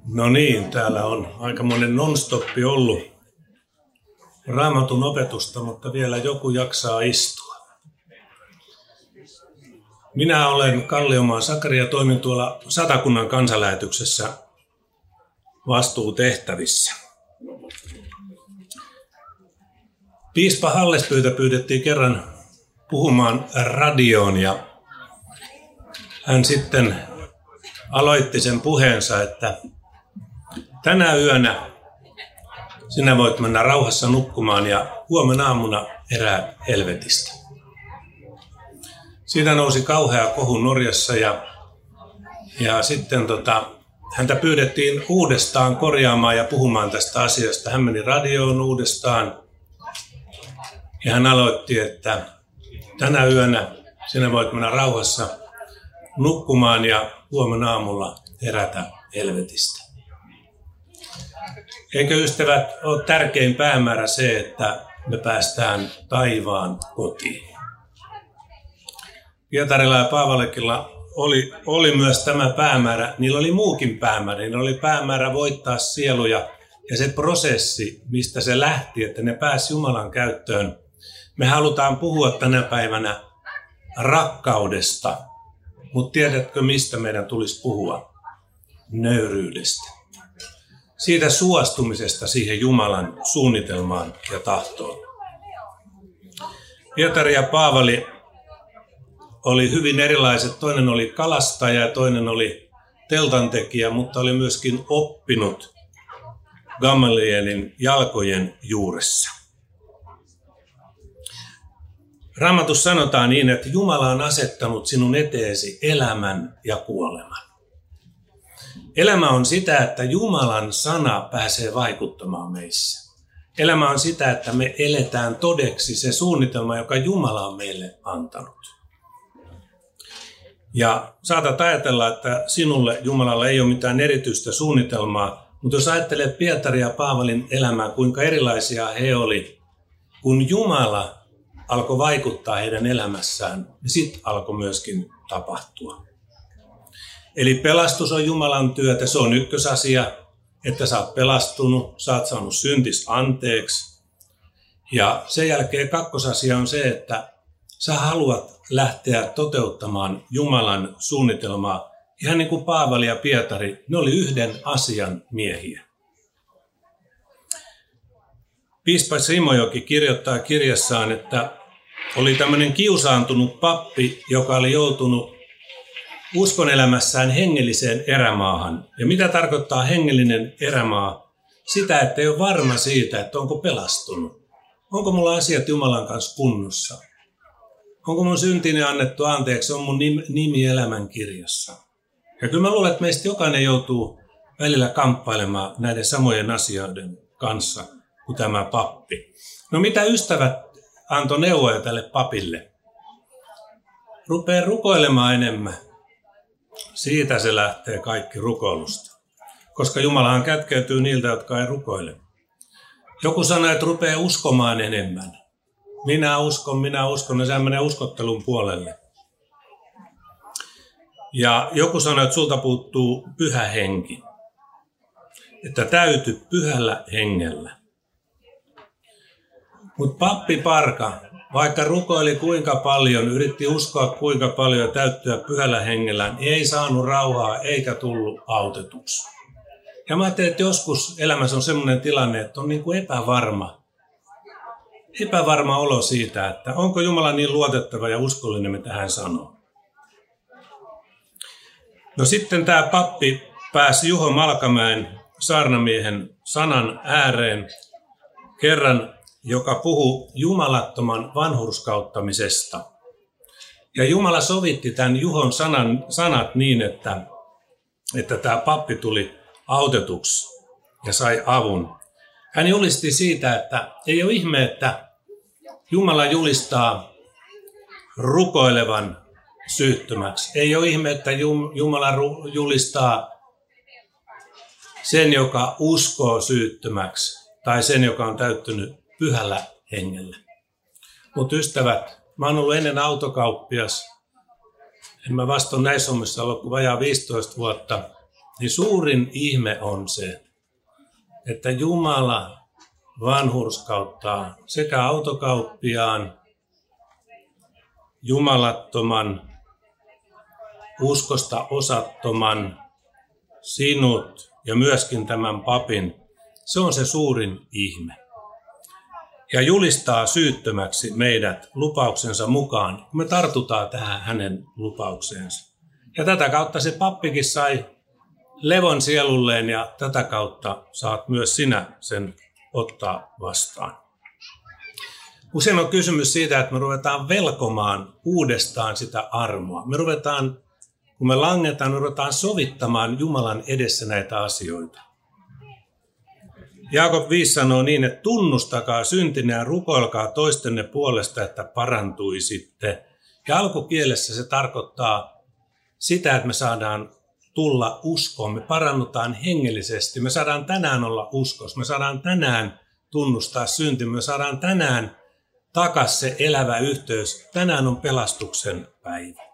No niin, täällä on aikamoinen non-stoppi ollut Raamatun opetusta, mutta vielä joku jaksaa istua. Minä olen Kalliomaan Sakari ja toimin tuolla Satakunnan kansanlähetyksessä vastuutehtävissä. Piispa Hallespyytä pyydettiin kerran puhumaan radioon ja hän sitten aloitti sen puheensa, että tänä yönä sinä voit mennä rauhassa nukkumaan ja huomenna aamuna herää helvetistä. Siitä nousi kauhea kohu Norjassa ja sitten häntä pyydettiin uudestaan korjaamaan ja puhumaan tästä asiasta. Hän meni radioon uudestaan ja hän aloitti, että tänä yönä sinä voit mennä rauhassa nukkumaan ja huomenna aamulla herätä helvetistä. Eikö ystävät ole tärkein päämäärä se, että me päästään taivaan kotiin? Pietarilla ja Paavalekilla oli myös tämä päämäärä. Niillä oli muukin päämäärä. Niillä oli päämäärä voittaa sieluja ja se prosessi, mistä se lähti, että ne pääsi Jumalan käyttöön. Me halutaan puhua tänä päivänä rakkaudesta, mutta tiedätkö mistä meidän tulisi puhua? Nöyryydestä. Siitä suostumisesta siihen Jumalan suunnitelmaan ja tahtoon. Pietari ja Paavali oli hyvin erilaiset. Toinen oli kalastaja ja toinen oli teltantekijä, mutta oli myöskin oppinut Gamalielin jalkojen juuressa. Raamatussa sanotaan niin, että Jumala on asettanut sinun eteesi elämän ja kuoleman. Elämä on sitä, että Jumalan sana pääsee vaikuttamaan meissä. Elämä on sitä, että me eletään todeksi se suunnitelma, joka Jumala on meille antanut. Ja saatat ajatella, että sinulle Jumalalla ei ole mitään erityistä suunnitelmaa, mutta jos ajattelet Pietari ja Paavalin elämää, kuinka erilaisia he oli, kun Jumala alkoi vaikuttaa heidän elämässään, niin sitten alkoi myöskin tapahtua. Eli pelastus on Jumalan työtä, se on ykkösasia, että sä oot pelastunut, sä oot saanut syntis anteeksi. Ja sen jälkeen kakkosasia on se, että sä haluat lähteä toteuttamaan Jumalan suunnitelmaa. Ihan niin kuin Paavali ja Pietari, ne oli yhden asian miehiä. Piispa Simojoki kirjoittaa kirjassaan, että oli tämmöinen kiusaantunut pappi, joka oli joutunut uskonelämässään hengelliseen erämaahan. Ja mitä tarkoittaa hengellinen erämaa? Sitä, että ei ole varma siitä, että onko pelastunut. Onko mulla asiat Jumalan kanssa kunnossa? Onko mun syntini annettu anteeksi? On mun nimi elämän kirjassa. Ja kyllä mä luulen, että meistä jokainen joutuu välillä kamppailemaan näiden samojen asioiden kanssa kuin tämä pappi. No mitä ystävät antoi neuvoja tälle papille? Rupee rukoilemaan enemmän. Siitä se lähtee kaikki rukoilusta. Koska Jumalahan kätkeytyy niiltä, jotka ei rukoile. Joku sanoi, että rupeaa uskomaan enemmän. Minä uskon, ja sehän menee uskottelun puolelle. Ja joku sanoi, että sulta puuttuu pyhä henki. Että täyty pyhällä hengellä. Mutta pappi Parka, vaikka rukoili kuinka paljon, yritti uskoa kuinka paljon ja täyttyä pyhällä hengellä, niin ei saanut rauhaa eikä tullut autetuksi. Ja mä ajattelin, että joskus elämässä on sellainen tilanne, että on niin kuin epävarma olo siitä, että onko Jumala niin luotettava ja uskollinen, mitä hän sanoo. No sitten tämä pappi pääsi Juho Malkamäen saarnamiehen sanan ääreen kerran, joka puhui jumalattoman vanhurskauttamisesta. Ja Jumala sovitti tämän Juhon sanat niin, että tämä pappi tuli autetuksi ja sai avun. Hän julisti siitä, että ei ole ihme, että Jumala julistaa rukoilevan syyttömäksi. Ei ole ihme, että Jumala julistaa sen, joka uskoo syyttömäksi, tai sen, joka on täyttynyt pyhällä hengellä. Mutta ystävät, mä oon ollut ennen autokauppias. En mä vasta näissä hommissa ollut kuin vajaa 15 vuotta. niin suurin ihme on se, että Jumala vanhurskauttaa sekä autokauppiaan, jumalattoman, uskosta osattoman, sinut ja myöskin tämän papin. Se on se suurin ihme. Ja julistaa syyttömäksi meidät lupauksensa mukaan, kun me tartutaan tähän hänen lupaukseensa. Ja tätä kautta se pappikin sai levon sielulleen ja tätä kautta saat myös sinä sen ottaa vastaan. Usein on kysymys siitä, että me ruvetaan velkomaan uudestaan sitä armoa. Kun me langetaan, me ruvetaan sovittamaan Jumalan edessä näitä asioita. Jaakob 5 sanoo niin, että tunnustakaa syntinne ja rukoilkaa toistenne puolesta, että parantuisitte. Ja alkukielessä se tarkoittaa sitä, että me saadaan tulla uskoon, me parannutaan hengellisesti, me saadaan tänään olla uskossa, me saadaan tänään tunnustaa synti, me saadaan tänään takas se elävä yhteys. Tänään on pelastuksen päivä.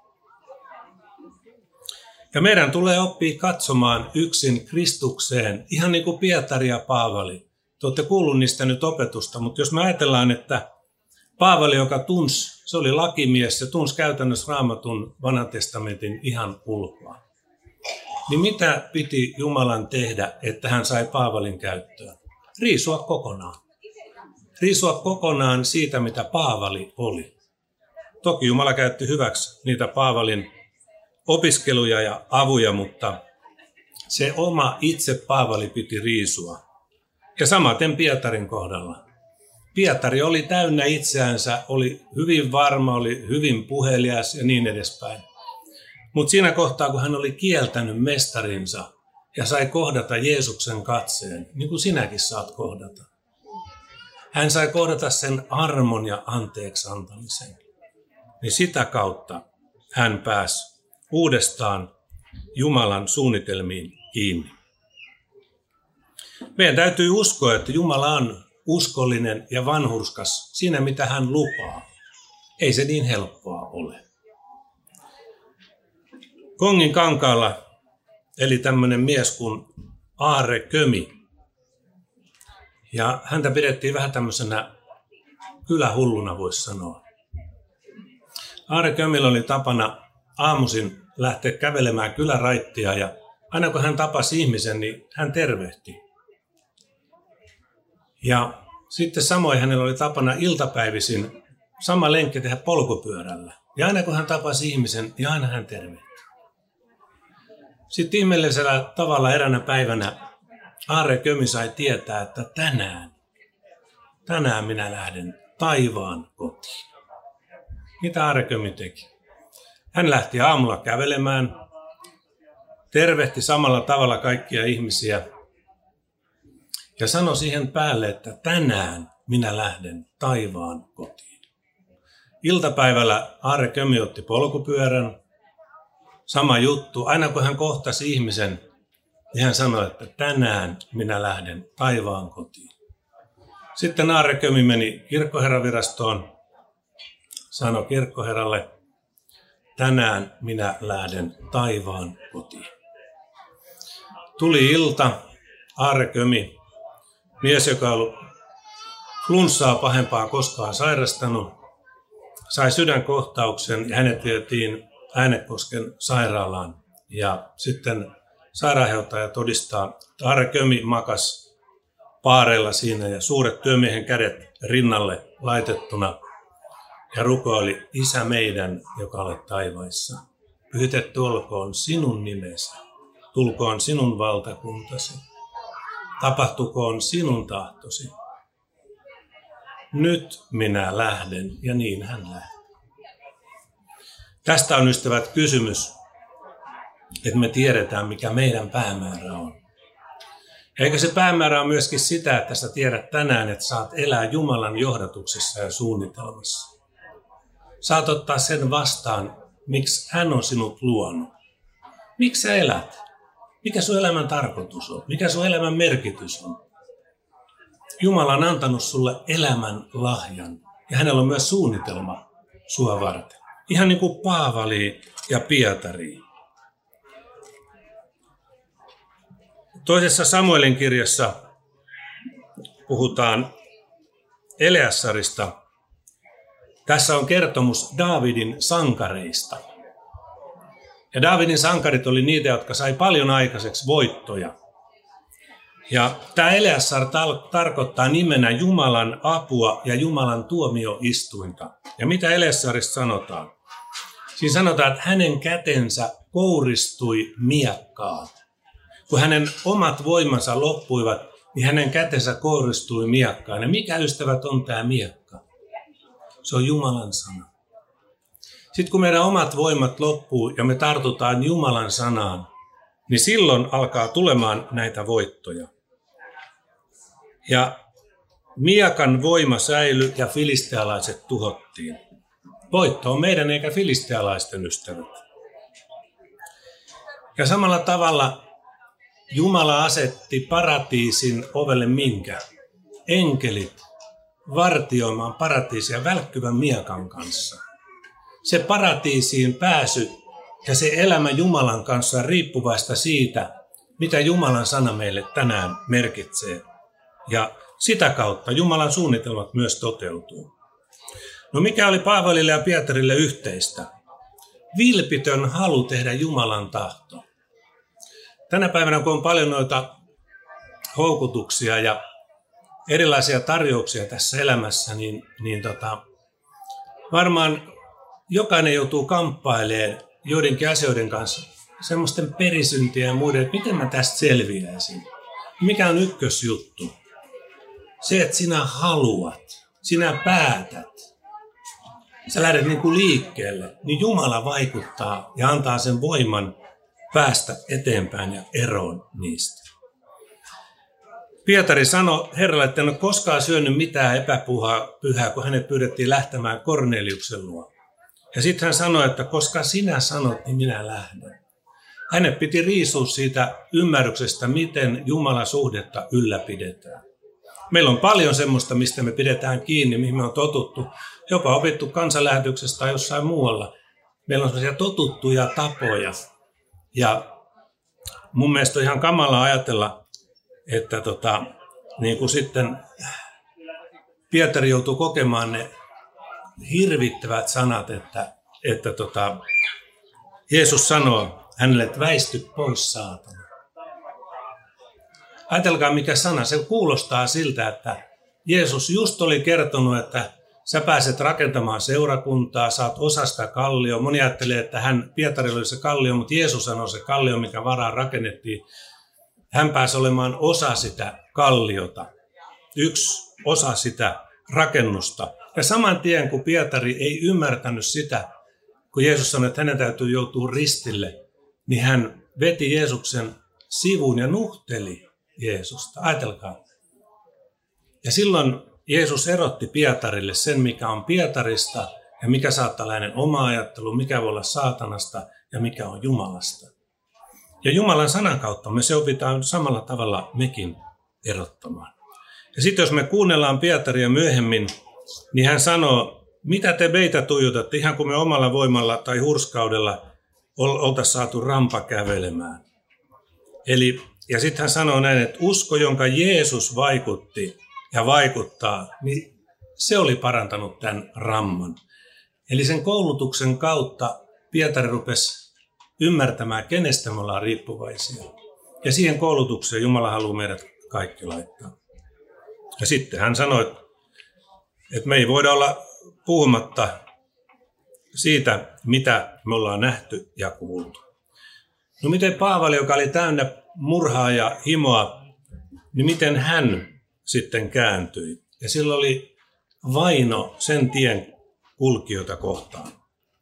Ja meidän tulee oppia katsomaan yksin Kristukseen, ihan niin kuin Pietari ja Paavali. Te olette kuullut niistä nyt opetusta, mutta jos me ajatellaan, että Paavali, joka tunsi, se oli lakimies, se tunsi käytännössä Raamatun Vanhan testamentin ihan ulkoa. Niin mitä piti Jumalan tehdä, että hän sai Paavalin käyttöön? Riisua kokonaan. Riisua kokonaan siitä, mitä Paavali oli. Toki Jumala käytti hyväksi niitä Paavalin opiskeluja ja avuja, mutta se oma itse Paavali piti riisua. Ja samaten Pietarin kohdalla. Pietari oli täynnä itseänsä, oli hyvin varma, oli hyvin puhelias ja niin edespäin. Mutta siinä kohtaa, kun hän oli kieltänyt mestarinsa ja sai kohdata Jeesuksen katseen, niin kuin sinäkin saat kohdata. Hän sai kohdata sen armon ja anteeksi antamisen. Niin sitä kautta hän pääsi uudestaan Jumalan suunnitelmiin kiinni. Meidän täytyy uskoa, että Jumala on uskollinen ja vanhurskas siinä, mitä hän lupaa. Ei se niin helppoa ole. Kongin kankaalla eli tämmöinen mies kuin Aarre Kömi. Ja häntä pidettiin vähän tämmöisenä kylähulluna, voisi sanoa. Aarre Kömillä oli tapana aamuisin lähteä kävelemään kyläraittia ja aina kun hän tapasi ihmisen, niin hän tervehti. Ja sitten samoin hänellä oli tapana iltapäivisin sama lenkki tehdä polkupyörällä. Ja aina kun hän tapasi ihmisen, niin aina hän tervehti. Sitten ihmeellisellä tavalla eräänä päivänä Aarre Kömi sai tietää, että tänään minä lähden taivaan kotiin. Mitä Aarre Kömi teki? Hän lähti aamulla kävelemään, tervehti samalla tavalla kaikkia ihmisiä ja sanoi siihen päälle, että tänään minä lähden taivaan kotiin. Iltapäivällä Aarre Kömi otti polkupyörän, sama juttu. Aina kun hän kohtasi ihmisen, niin hän sanoi, että tänään minä lähden taivaan kotiin. Sitten Aarre Kömi meni kirkkoherravirastoon, sanoi kirkkoherralle, tänään minä lähden taivaan kotiin. Tuli ilta, Aarre Kömi, mies, joka oli flunssaa pahempaa koskaan sairastanut, sai sydänkohtauksen ja hänet vietiin Äänekosken sairaalaan. Ja sitten sairaanhoitaja todistaa, että Aarre Kömi makas paareilla siinä ja suuret työmiehen kädet rinnalle laitettuna. Ja rukoili, Isä meidän, joka olet taivaissa. Pyhitetty olkoon sinun nimesi, tulkoon sinun valtakuntasi, tapahtukoon sinun tahtosi. Nyt minä lähden, ja niin hän lähti. Tästä on, ystävät, kysymys, että me tiedetään, mikä meidän päämäärä on. Eikä se päämäärä on myöskin sitä, että sä tiedät tänään, että saat elää Jumalan johdatuksessa ja suunnitelmassa. Saat ottaa sen vastaan, miksi hän on sinut luonut. Miksi sä elät? Mikä sun elämän tarkoitus on? Mikä sun elämän merkitys on? Jumala on antanut sulle elämän lahjan. Ja hänellä on myös suunnitelma sua varten. Ihan niin kuin Paavali ja Pietari. Toisessa Samuelin kirjassa puhutaan Eleasarista. Tässä on kertomus Daavidin sankareista. Ja Daavidin sankarit oli niitä, jotka sai paljon aikaiseksi voittoja. Ja tämä Eleasar tarkoittaa nimenä Jumalan apua ja Jumalan tuomioistuinta. Ja mitä Eleasarista sanotaan? Siinä sanotaan, että hänen kätensä kouristui miekkaan. Kun hänen omat voimansa loppuivat, niin hänen kätensä kouristui miekkaan. Ja mikä, ystävät, on tämä miekka? Se on Jumalan sana. Sitten kun meidän omat voimat loppuu ja me tartutaan Jumalan sanaan, niin silloin alkaa tulemaan näitä voittoja. Ja miekan voima säilyi ja filistealaiset tuhottiin. Voitto on meidän eikä filistealaisten ystävät. Ja samalla tavalla Jumala asetti paratiisin ovelle minkä? Enkelit vartioimaan paratiisia välkkyvän miekan kanssa. Se paratiisiin pääsy ja se elämä Jumalan kanssa on riippuvaista siitä, mitä Jumalan sana meille tänään merkitsee. Ja sitä kautta Jumalan suunnitelmat myös toteutuu. No mikä oli Paavalille ja Pietarille yhteistä? Vilpitön halu tehdä Jumalan tahto. Tänä päivänä, kun on paljon noita houkutuksia ja erilaisia tarjouksia tässä elämässä, niin varmaan jokainen joutuu kamppailemaan joidenkin asioiden kanssa, semmoisten perisyntien ja muiden, että miten mä tästä selviäisin. Mikä on ykkösjuttu? Se, että sinä haluat, sinä päätät, sä lähdet niin kuin liikkeelle, niin Jumala vaikuttaa ja antaa sen voiman päästä eteenpäin ja eroon niistä. Pietari sanoi Herralle, että en ole koskaan syönyt mitään epäpyhää, kun hänet pyydettiin lähtemään Korneliuksen luo. Ja sitten hän sanoi, että koska sinä sanot, niin minä lähden. Hänet piti riisua siitä ymmärryksestä, miten Jumalan suhdetta ylläpidetään. Meillä on paljon semmoista, mistä me pidetään kiinni, mihin me on totuttu, jopa opittu kansanlähetyksestä tai jossain muualla. Meillä on sellaisia totuttuja tapoja. Ja mun mielestä on ihan kamalaa ajatella, että niin kuin sitten Pietari joutuu kokemaan ne hirvittävät sanat, että Jeesus sanoo hänelle, että väisty pois, saatana. Ajatelkaa mikä sana, se kuulostaa siltä, että Jeesus just oli kertonut, että sä pääset rakentamaan seurakuntaa, saat osa sitä kallioa. Moni ajattelee, että Pietarilla oli se kallio, mutta Jeesus sanoi se kallio, mikä varaan rakennettiin. Hän pääsi olemaan osa sitä kalliota, yksi osa sitä rakennusta. Ja saman tien, kun Pietari ei ymmärtänyt sitä, kun Jeesus sanoi, että hänen täytyy joutua ristille, niin hän veti Jeesuksen sivuun ja nuhteli Jeesusta. Ajatelkaa. Ja silloin Jeesus erotti Pietarille sen, mikä on Pietarista ja mikä saattaa olla hänen oma ajattelu, mikä voi olla saatanasta ja mikä on Jumalasta. Ja Jumalan sanan kautta me se opitaan samalla tavalla mekin erottamaan. Ja sitten jos me kuunnellaan Pietaria myöhemmin, niin hän sanoo, mitä te meitä tuijutatte, ihan kuin me omalla voimalla tai hurskaudella oltaisiin saatu rampa kävelemään. Ja sitten hän sanoo näin, että usko, jonka Jeesus vaikutti ja vaikuttaa, niin se oli parantanut tämän ramman. Eli sen koulutuksen kautta Pietari rupesi ymmärtämään, kenestä me ollaan riippuvaisia. Ja siihen koulutukseen Jumala haluaa meidät kaikki laittaa. Ja sitten hän sanoi, että me ei voida olla puhumatta siitä, mitä me ollaan nähty ja kuultu. No miten Paavali, joka oli täynnä murhaa ja himoa, niin miten hän sitten kääntyi? Ja sillä oli vaino sen tien kulkijoita kohtaan.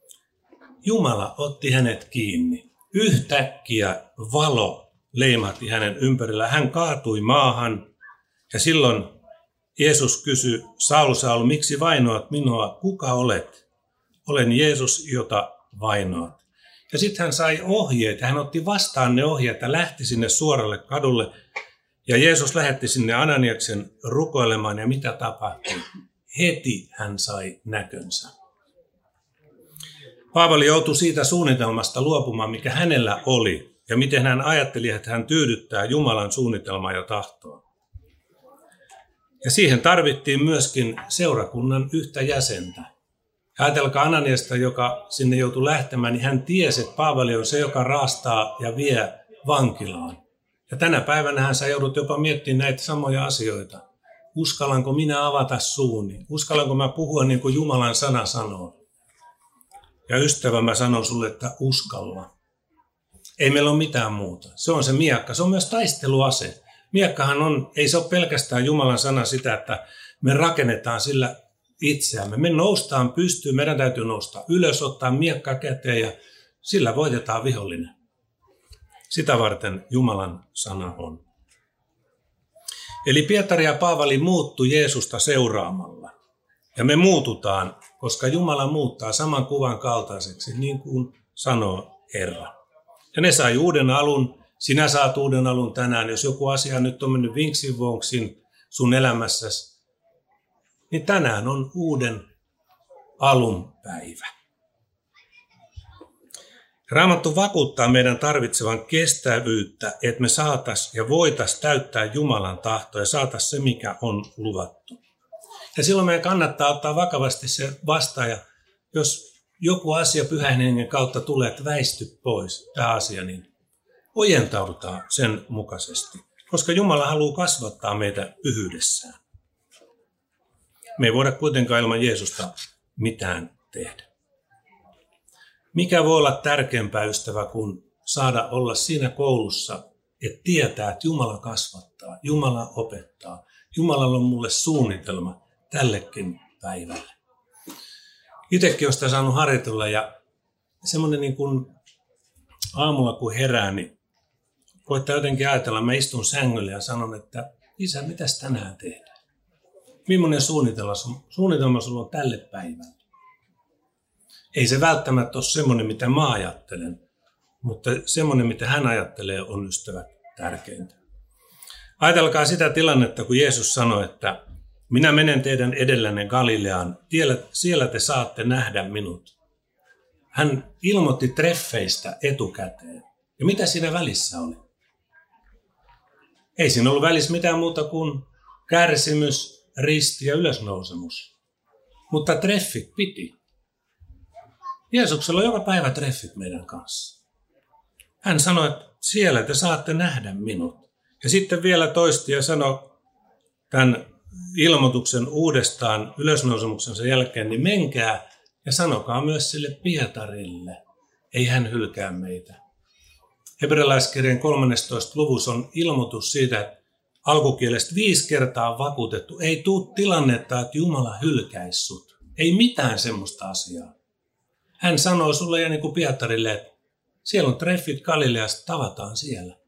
Jumala otti hänet kiinni. Yhtäkkiä valo leimahti hänen ympärillä. Hän kaatui maahan ja silloin Jeesus kysyi, Saul, Saul, miksi vainoat minua? Kuka olet? Olen Jeesus, jota vainoat. Ja sitten hän sai ohjeet. Hän otti vastaan ne ohjeet ja lähti sinne suoralle kadulle. Ja Jeesus lähetti sinne Ananiaksen rukoilemaan. Ja mitä tapahtui? Heti hän sai näkönsä. Paavali joutui siitä suunnitelmasta luopumaan, mikä hänellä oli. ja miten hän ajatteli, että hän tyydyttää Jumalan suunnitelmaa ja tahtoa. Ja siihen tarvittiin myöskin seurakunnan yhtä jäsentä. Ajatelkaa Ananiasta, joka sinne joutui lähtemään, niin hän tiesi, että Paavali on se, joka raastaa ja vie vankilaan. Ja tänä päivänä sä joudut jopa miettimään näitä samoja asioita. Uskallanko minä avata suuni? Uskallanko mä puhua niin kuin Jumalan sana sanoo? Ja ystävä, mä sanon sulle, että uskalla. Ei meillä ole mitään muuta. Se on se miekka. Se on myös taisteluase. Miekkahan on, ei se ole pelkästään Jumalan sana sitä, että me rakennetaan sillä itseämme. Me noustaan pystyyn, meidän täytyy nousta ylös, ottaa miekka käteen ja sillä voitetaan vihollinen. Sitä varten Jumalan sana on. Eli Pietari ja Paavali muuttui Jeesusta seuraamalla. Ja me muututaan, koska Jumala muuttaa saman kuvan kaltaiseksi, niin kuin sanoo Herra. Ja ne sai uuden alun, sinä saat uuden alun tänään. Jos joku asia nyt on mennyt vinksin vonksin sun elämässäsi, niin tänään on uuden alun päivä. Raamattu vakuuttaa meidän tarvitsevan kestävyyttä, että me saatais ja voitais täyttää Jumalan tahtoa ja saatais se, mikä on luvattu. Ja silloin meidän kannattaa ottaa vakavasti se vastaan, ja jos joku asia Pyhän Hengen kautta tulee, että väisty pois tämä asia, niin ojentaudutaan sen mukaisesti, koska Jumala haluaa kasvattaa meitä pyhyydessään. Me ei voida kuitenkaan ilman Jeesusta mitään tehdä. Mikä voi olla tärkeämpää, ystävä, kuin saada olla siinä koulussa, että tietää, että Jumala kasvattaa, Jumala opettaa. Jumalalla on mulle suunnitelma tällekin päivälle. Itsekin olen sitä saanut harjoitella ja semmoinen niin kuin aamulla kun herään, niin koittaa jotenkin ajatella, mä istun sängyllä ja sanon, että Isä, mitäs tänään tehdään? Millainen suunnitelma sulla on tälle päivälle? Ei se välttämättä ole semmoinen, mitä mä ajattelen, mutta semmoinen, mitä hän ajattelee, on ystävät tärkeintä. Ajatelkaa sitä tilannetta, kun Jeesus sanoi, että minä menen teidän edellänne Galileaan, siellä te saatte nähdä minut. Hän ilmoitti treffeistä etukäteen. Ja mitä siinä välissä oli? Ei siinä ollut välissä mitään muuta kuin kärsimys, risti ja ylösnousemus. Mutta treffit piti. Jeesuksella on joka päivä treffit meidän kanssa. Hän sanoi, että siellä te saatte nähdä minut. Ja sitten vielä toisti ja sanoi tämän ilmoituksen uudestaan ylösnousemuksensa jälkeen, niin menkää ja sanokaa myös sille Pietarille. Ei hän hylkää meitä. Hebrealaiskirjan 13. luvussa on ilmoitus siitä, että alkukielestä 5 kertaa on vakuutettu. Ei tule tilannetta, että Jumala hylkäisi sut. Ei mitään semmoista asiaa. Hän sanoo sulle ja niin kuin Pietarille, että siellä on treffit Galileasta, tavataan siellä.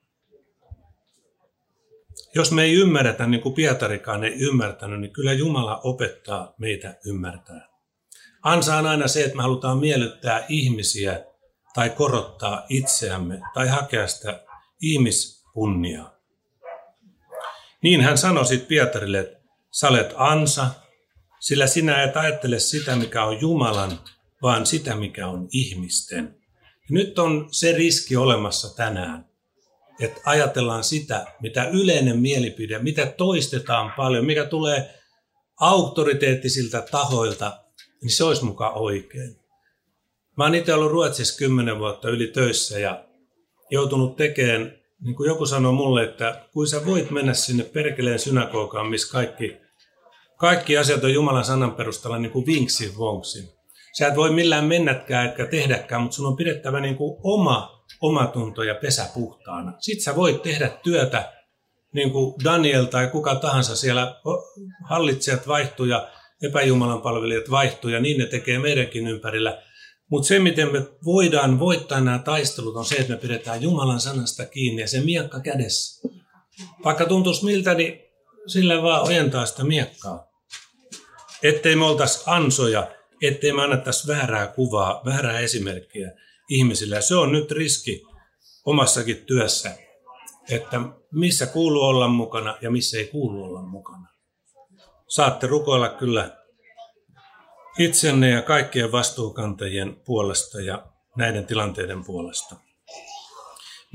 Jos me ei ymmärretä, niin kuin Pietarikaan ei ymmärtänyt, niin kyllä Jumala opettaa meitä ymmärtää. Ansa on aina se, että me halutaan miellyttää ihmisiä tai korottaa itseämme tai hakea sitä ihmiskunniaa. Niin hän sanoi sitten Pietarille, että sä olet ansa, sillä sinä et ajattele sitä, mikä on Jumalan, vaan sitä, mikä on ihmisten. Ja nyt on se riski olemassa tänään, että ajatellaan sitä, mitä yleinen mielipide, mitä toistetaan paljon, mikä tulee auktoriteettisilta tahoilta, niin se olisi mukaan oikein. Mä oon itse ollut Ruotsissa 10 vuotta yli töissä ja joutunut tekemään, niin kuin joku sanoi mulle, että kun sä voit mennä sinne perkeleen synagogaan, missä kaikki asiat on Jumalan sanan perusteella niin kuin vinksin vonksin. Sä et voi millään mennäkään etkä tehdäkään, mutta sun on pidettävä niin kuin omatunto ja pesä puhtaana. Sitten sä voit tehdä työtä, niin kuin Daniel tai kuka tahansa siellä hallitsijat vaihtuu ja epäjumalan palvelijat vaihtuu ja niin ne tekee meidänkin ympärillä. Mutta se, miten me voidaan voittaa nämä taistelut, on se, että me pidetään Jumalan sanasta kiinni ja se miekka kädessä. Vaikka tuntuisi miltä, niin sillä vaan ojentaa sitä miekkaa. Ettei me oltaisi ansoja, ettei me annettaisi väärää kuvaa, väärää esimerkkiä ihmisille. Ja se on nyt riski omassakin työssä, että missä kuuluu olla mukana ja missä ei kuulu olla mukana. Saatte rukoilla kyllä itsenne ja kaikkien vastuunkantajien puolesta ja näiden tilanteiden puolesta.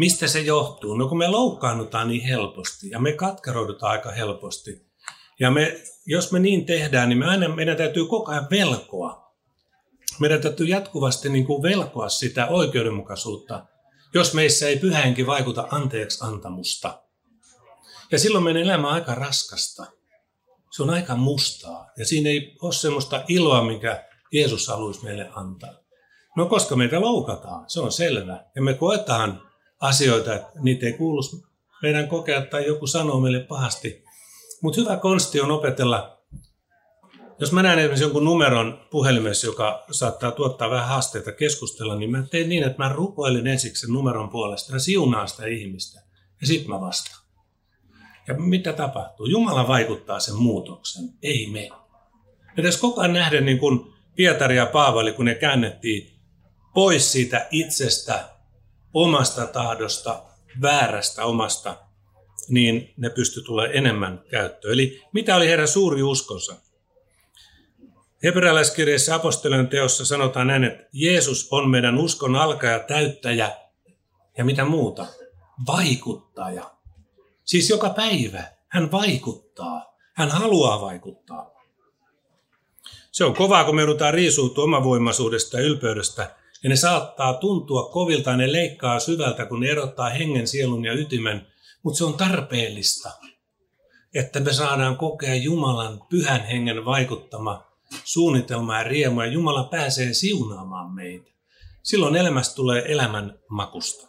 Mistä se johtuu? No kun me loukkaannutaan niin helposti ja me katkeroidutaan aika helposti. Ja jos me niin tehdään, niin meidän täytyy koko ajan velkoa. Meidän täytyy jatkuvasti niin kuin velkoa sitä oikeudenmukaisuutta, jos meissä ei Pyhä Henki vaikuta anteeksi antamusta. Ja silloin meidän elämä on aika raskasta. Se on aika mustaa ja siinä ei ole semmoista iloa, minkä Jeesus haluaisi meille antaa. No koska meitä loukataan, se on selvä. Ja me koetaan asioita, että niitä ei kuulu meidän kokea tai joku sanoo meille pahasti. Mutta hyvä konsti on opetella, jos mä näen esimerkiksi jonkun numeron puhelimessa, joka saattaa tuottaa vähän haasteita keskustella, niin mä teen niin, että mä rukoilen ensiksi sen numeron puolesta ja siunaan sitä ihmistä. Ja sitten mä vastaan. Ja mitä tapahtuu? Jumala vaikuttaa sen muutoksen, ei me. Edes koko ajan nähden niin kuin Pietari ja Paavali, kun ne käännettiin pois siitä itsestä, omasta tahdosta, väärästä omasta, niin ne pystyi tulemaan enemmän käyttöön. Eli mitä oli heidän suuri uskonsa? Hebrealaiskirjassa apostolien teossa sanotaan näin, että Jeesus on meidän uskon alkaja, täyttäjä ja mitä muuta? Vaikuttaja. Siis joka päivä hän vaikuttaa. Hän haluaa vaikuttaa. Se on kovaa, kun me joudutaan riisuutua omavoimaisuudesta ja ylpeydestä. Ja ne saattaa tuntua kovilta, ne leikkaa syvältä, kun ne erottaa hengen, sielun ja ytimen. Mutta se on tarpeellista, että me saadaan kokea Jumalan Pyhän Hengen vaikuttama suunnitelma ja riemu. Ja Jumala pääsee siunaamaan meitä. Silloin elämästä tulee elämän makusta.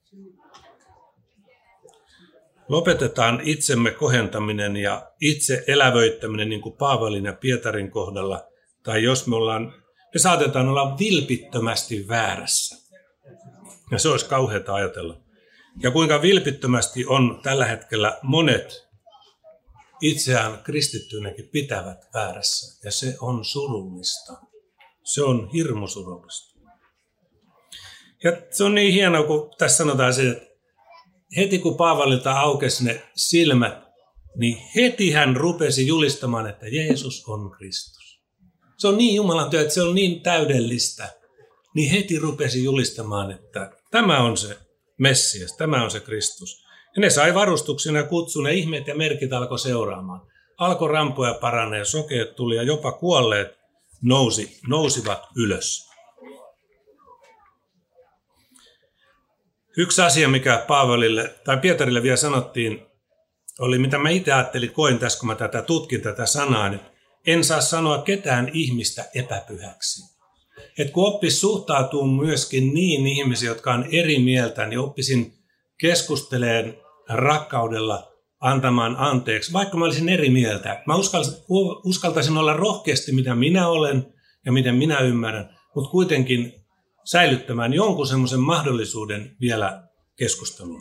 Lopetetaan itsemme kohentaminen ja itse elävöittäminen niin kuin Paavalin ja Pietarin kohdalla. Tai jos me saatetaan olla vilpittömästi väärässä. Ja se olisi kauheata ajatella. Ja kuinka vilpittömästi on tällä hetkellä monet itseään kristittyinäkin pitävät väärässä. Ja se on surullista. Se on hirmu surullista. Ja se on niin hienoa, kun tässä sanotaan se, että heti kun Paavalilta aukesi ne silmät, niin heti hän rupesi julistamaan, että Jeesus on Kristus. Se on niin Jumalan työ, että se on niin täydellistä. Niin heti rupesi julistamaan, että tämä on se Messias, tämä on se Kristus. Ja ne sai varustuksina kutsun ja ihmeet ja merkit alkoi seuraamaan. Alkoi rampoja paranee, sokeet tuli ja jopa kuolleet nousivat ylös. Yksi asia, mikä Paavalille tai Pietarille vielä sanottiin, oli mitä mä itse ajattelin, koin tässä, kun mä tutkin tätä sanaa, että en saa sanoa ketään ihmistä epäpyhäksi. Et kun oppisi suhtautuu myöskin niin ihmisiä, jotka on eri mieltä, niin oppisin keskusteleen rakkaudella antamaan anteeksi, vaikka mä olisin eri mieltä. Mä uskaltaisin olla rohkeasti, mitä minä olen ja miten minä ymmärrän, mutta kuitenkin säilyttämään jonkun semmoisen mahdollisuuden vielä keskusteluun.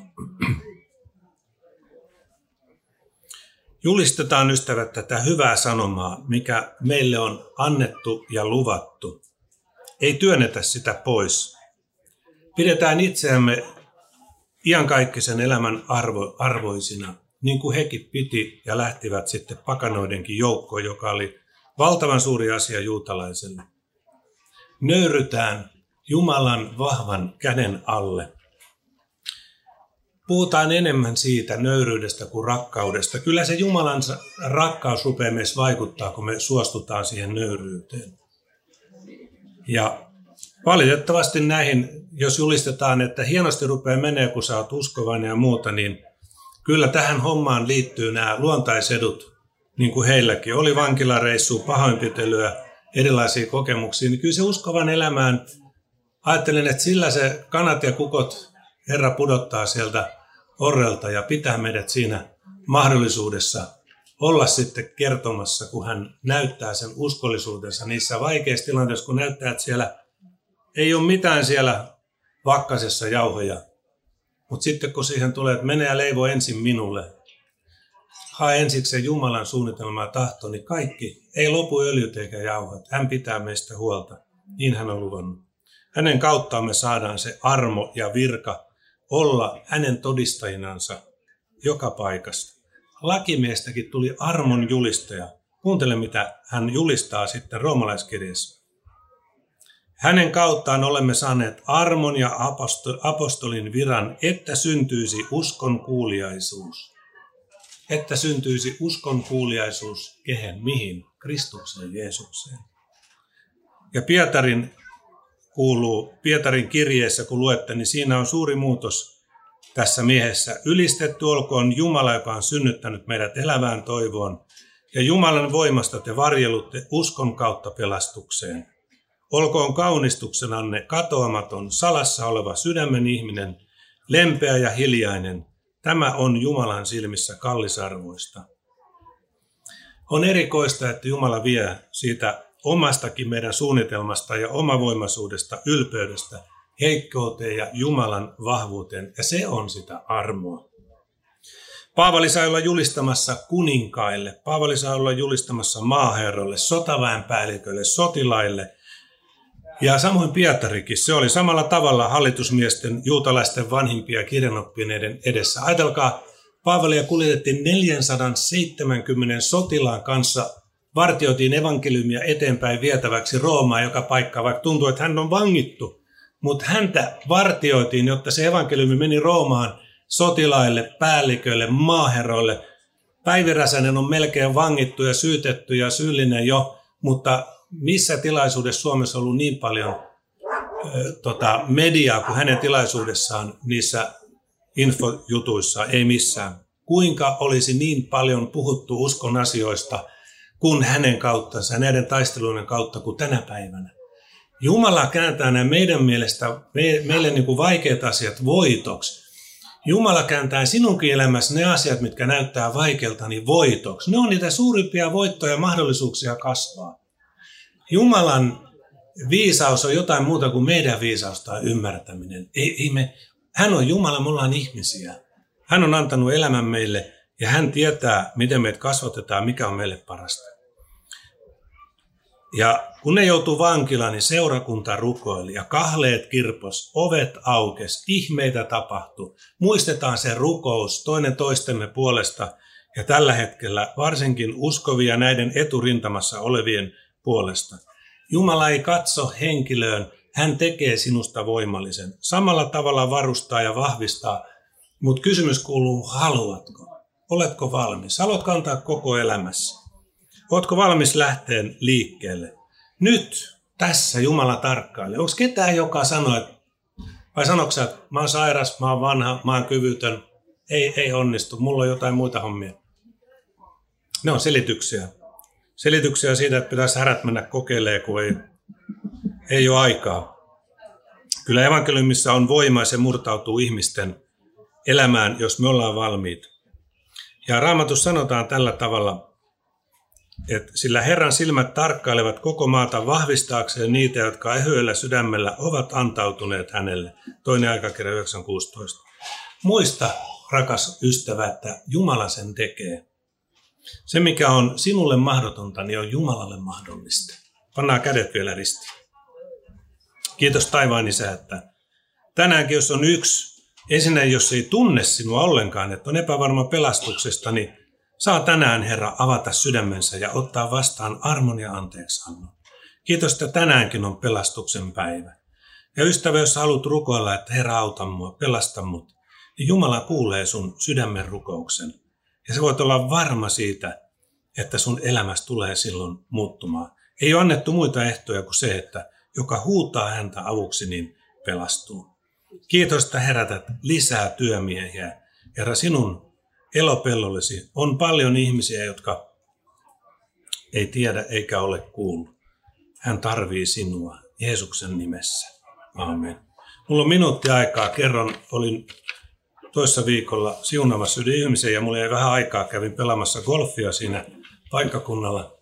Julistetaan, ystävät, tätä hyvää sanomaa, mikä meille on annettu ja luvattu. Ei työnnetä sitä pois. Pidetään itseämme iankaikkisen elämän arvoisina, niin kuin hekin piti ja lähtivät sitten pakanoidenkin joukkoon, joka oli valtavan suuri asia juutalaiselle. Nöyrytään Jumalan vahvan käden alle. Puhutaan enemmän siitä nöyryydestä kuin rakkaudesta. Kyllä se Jumalan rakkaus rupeaa meissä vaikuttaa, kun me suostutaan siihen nöyryyteen. Ja valitettavasti näihin, jos julistetaan, että hienosti rupeaa menee, kun sä oot uskovainen ja muuta, niin kyllä tähän hommaan liittyy nämä luontaisedut, niin kuin heilläkin. Oli vankilareissua, pahoinpitelyä, erilaisia kokemuksia, niin kyllä se uskovan elämään, ajattelen, että sillä se kanat ja kukot Herra pudottaa sieltä orrelta ja pitää meidät siinä mahdollisuudessa olla sitten kertomassa, kun hän näyttää sen uskollisuutensa niissä vaikeissa tilanteissa, kun näyttää, että siellä ei ole mitään siellä vakkasessa jauhoja. Mutta sitten kun siihen tulee, että mene ja leivo ensin minulle, hae ensiksi se Jumalan suunnitelma ja tahto, niin kaikki, ei lopu öljyt eikä jauhat. Hän pitää meistä huolta, niin hän on luvannut. Hänen kauttaan me saadaan se armo ja virka olla hänen todistajinansa joka paikassa. Lakimiestäkin tuli armon julistaja. Kuuntele, mitä hän julistaa sitten roomalaiskirjassa. Hänen kauttaan olemme saaneet armon ja apostolin viran, että syntyisi uskon kuuliaisuus. Että syntyisi uskon kuuliaisuus kehen? Mihin? Kristukseen, Jeesukseen. Ja Pietarin kirjeessä, kun luette, niin siinä on suuri muutos tässä miehessä. Ylistetty olkoon Jumala, joka on synnyttänyt meidät elävään toivoon, ja Jumalan voimasta te varjelutte uskon kautta pelastukseen. Olkoon kaunistuksenanne katoamaton, salassa oleva sydämen ihminen, lempeä ja hiljainen. Tämä on Jumalan silmissä kallisarvoista. On erikoista, että Jumala vie siitä omastakin meidän suunnitelmasta ja omavoimaisuudesta, ylpeydestä, heikkouteen ja Jumalan vahvuuteen, ja se on sitä armoa. Paavali sai olla julistamassa kuninkaille, Paavali sai olla julistamassa maaherroille, sotaväenpäälliköille, sotilaille, ja samoin Pietarikin, se oli samalla tavalla hallitusmiesten, juutalaisten vanhimpia kirjanoppineiden edessä. Ajatelkaa, Paavalia kuljetettiin 470 sotilaan kanssa, vartioitiin evankeliumia eteenpäin vietäväksi Roomaan joka paikkaan, vaikka tuntuu, että hän on vangittu. Mutta häntä vartioitiin, jotta se evankeliumi meni Roomaan sotilaille, päälliköille, maaherroille. Päivi Räsänen on melkein vangittu ja syytetty ja syyllinen jo, mutta missä tilaisuudessa Suomessa on ollut niin paljon mediaa kuin hänen tilaisuudessaan niissä infojutuissa, ei missään. Kuinka olisi niin paljon puhuttu uskon asioista kuin hänen kauttansa, näiden taisteluiden kautta kuin tänä päivänä. Jumala kääntää nämä meidän mielestä meille niin kuin vaikeat asiat voitoksi. Jumala kääntää sinunkin elämässä ne asiat, mitkä näyttää vaikealta, niin voitoksi. Ne on niitä suurimpia voittoja ja mahdollisuuksia kasvaa. Jumalan viisaus on jotain muuta kuin meidän viisausta ja ymmärtäminen. Hän on Jumala, me ollaan ihmisiä. Hän on antanut elämän meille ja hän tietää, miten meitä kasvatetaan, mikä on meille parasta. Ja kun ne joutuu vankilaan, niin seurakunta rukoili ja kahleet kirpos, ovet aukes, ihmeitä tapahtui. Muistetaan se rukous toinen toistemme puolesta ja tällä hetkellä varsinkin uskovia näiden eturintamassa olevien puolesta. Jumala ei katso henkilöön, hän tekee sinusta voimallisen. Samalla tavalla varustaa ja vahvistaa, mutta kysymys kuuluu, haluatko? Oletko valmis? Haluatko antaa koko elämässä? Oletko valmis lähteen liikkeelle? Nyt, tässä Jumala tarkkailee. Onko ketään, joka sanoo, vai sanoiko että mä oon sairas, mä oon vanha, mä oon kyvytön? Ei onnistu, mulla on jotain muita hommia. Ne on selityksiä. Selityksiä siitä, että pitäisi härät mennä kokeilemaan, kun ei ole aikaa. Kyllä evankeliumissa on voima ja se murtautuu ihmisten elämään, jos me ollaan valmiita. Ja Raamatussa sanotaan tällä tavalla, että sillä Herran silmät tarkkailevat koko maata vahvistaakseen niitä, jotka ehyellä sydämellä ovat antautuneet hänelle. 2. Aikakirja 9.16. Muista, rakas ystävä, että Jumala sen tekee. Se, mikä on sinulle mahdotonta, niin on Jumalalle mahdollista. Pannaan kädet vielä ristiin. Kiitos taivaan Isä, että tänäänkin, jos on yksi esine, jos ei tunne sinua ollenkaan, että on epävarma pelastuksesta, niin saa tänään, Herra, avata sydämensä ja ottaa vastaan armon ja anteeksiannon. Kiitos, että tänäänkin on pelastuksen päivä. Ja ystävä, jos haluat rukoilla, että Herra, auta mua, pelasta mut, niin Jumala kuulee sun sydämen rukouksen. Ja sä voit olla varma siitä, että sun elämästä tulee silloin muuttumaan. Ei ole annettu muita ehtoja kuin se, että joka huutaa häntä avuksi, niin pelastuu. Kiitos, että herätät lisää työmiehiä. Herra, sinun elopellollesi on paljon ihmisiä, jotka ei tiedä eikä ole kuullut. Hän tarvii sinua Jeesuksen nimessä. Aamen. Mulla on minuutti aikaa. Kerron, olin toissa viikolla siunaamassa yhden ihmisen ja mulla jäi vähän aikaa. Kävin pelaamassa golfia siinä paikkakunnalla.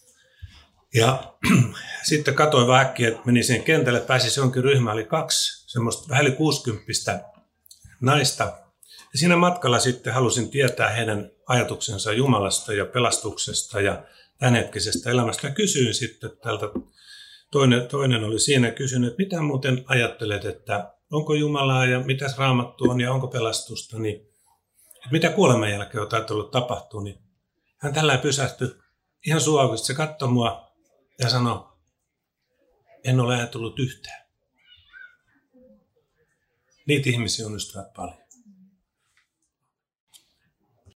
Ja sitten katsoin vähän äkkiä, että menin siihen kentälle, pääsi johonkin ryhmään, oli 2 semmoista vähän yli 60 naista. Ja siinä matkalla sitten halusin tietää heidän ajatuksensa Jumalasta ja pelastuksesta ja tämänhetkisestä elämästä. Ja kysyin sitten tältä, toinen oli siinä, kysyin, että mitä muuten ajattelet, että onko Jumalaa ja mitäs Raamattu on ja onko pelastusta, niin että mitä kuoleman jälkeen on ajatellut tapahtuu, niin hän tällä pysähtyi ihan suaukisesti, se katsoi mua ja sanoi, En ole ajatellut yhtään. Niitä ihmisiä on ystävät paljon.